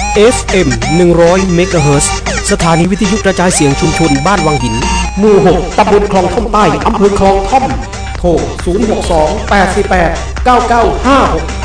FM 100 เมกะเฮิรตซ์สถานีวิทยุกระจายเสียงชุมชนบ้านวังหินหมู่ 6 ตำบลคลองท่อมใต้อำเภอคลองท่อมโทร 062 88 9956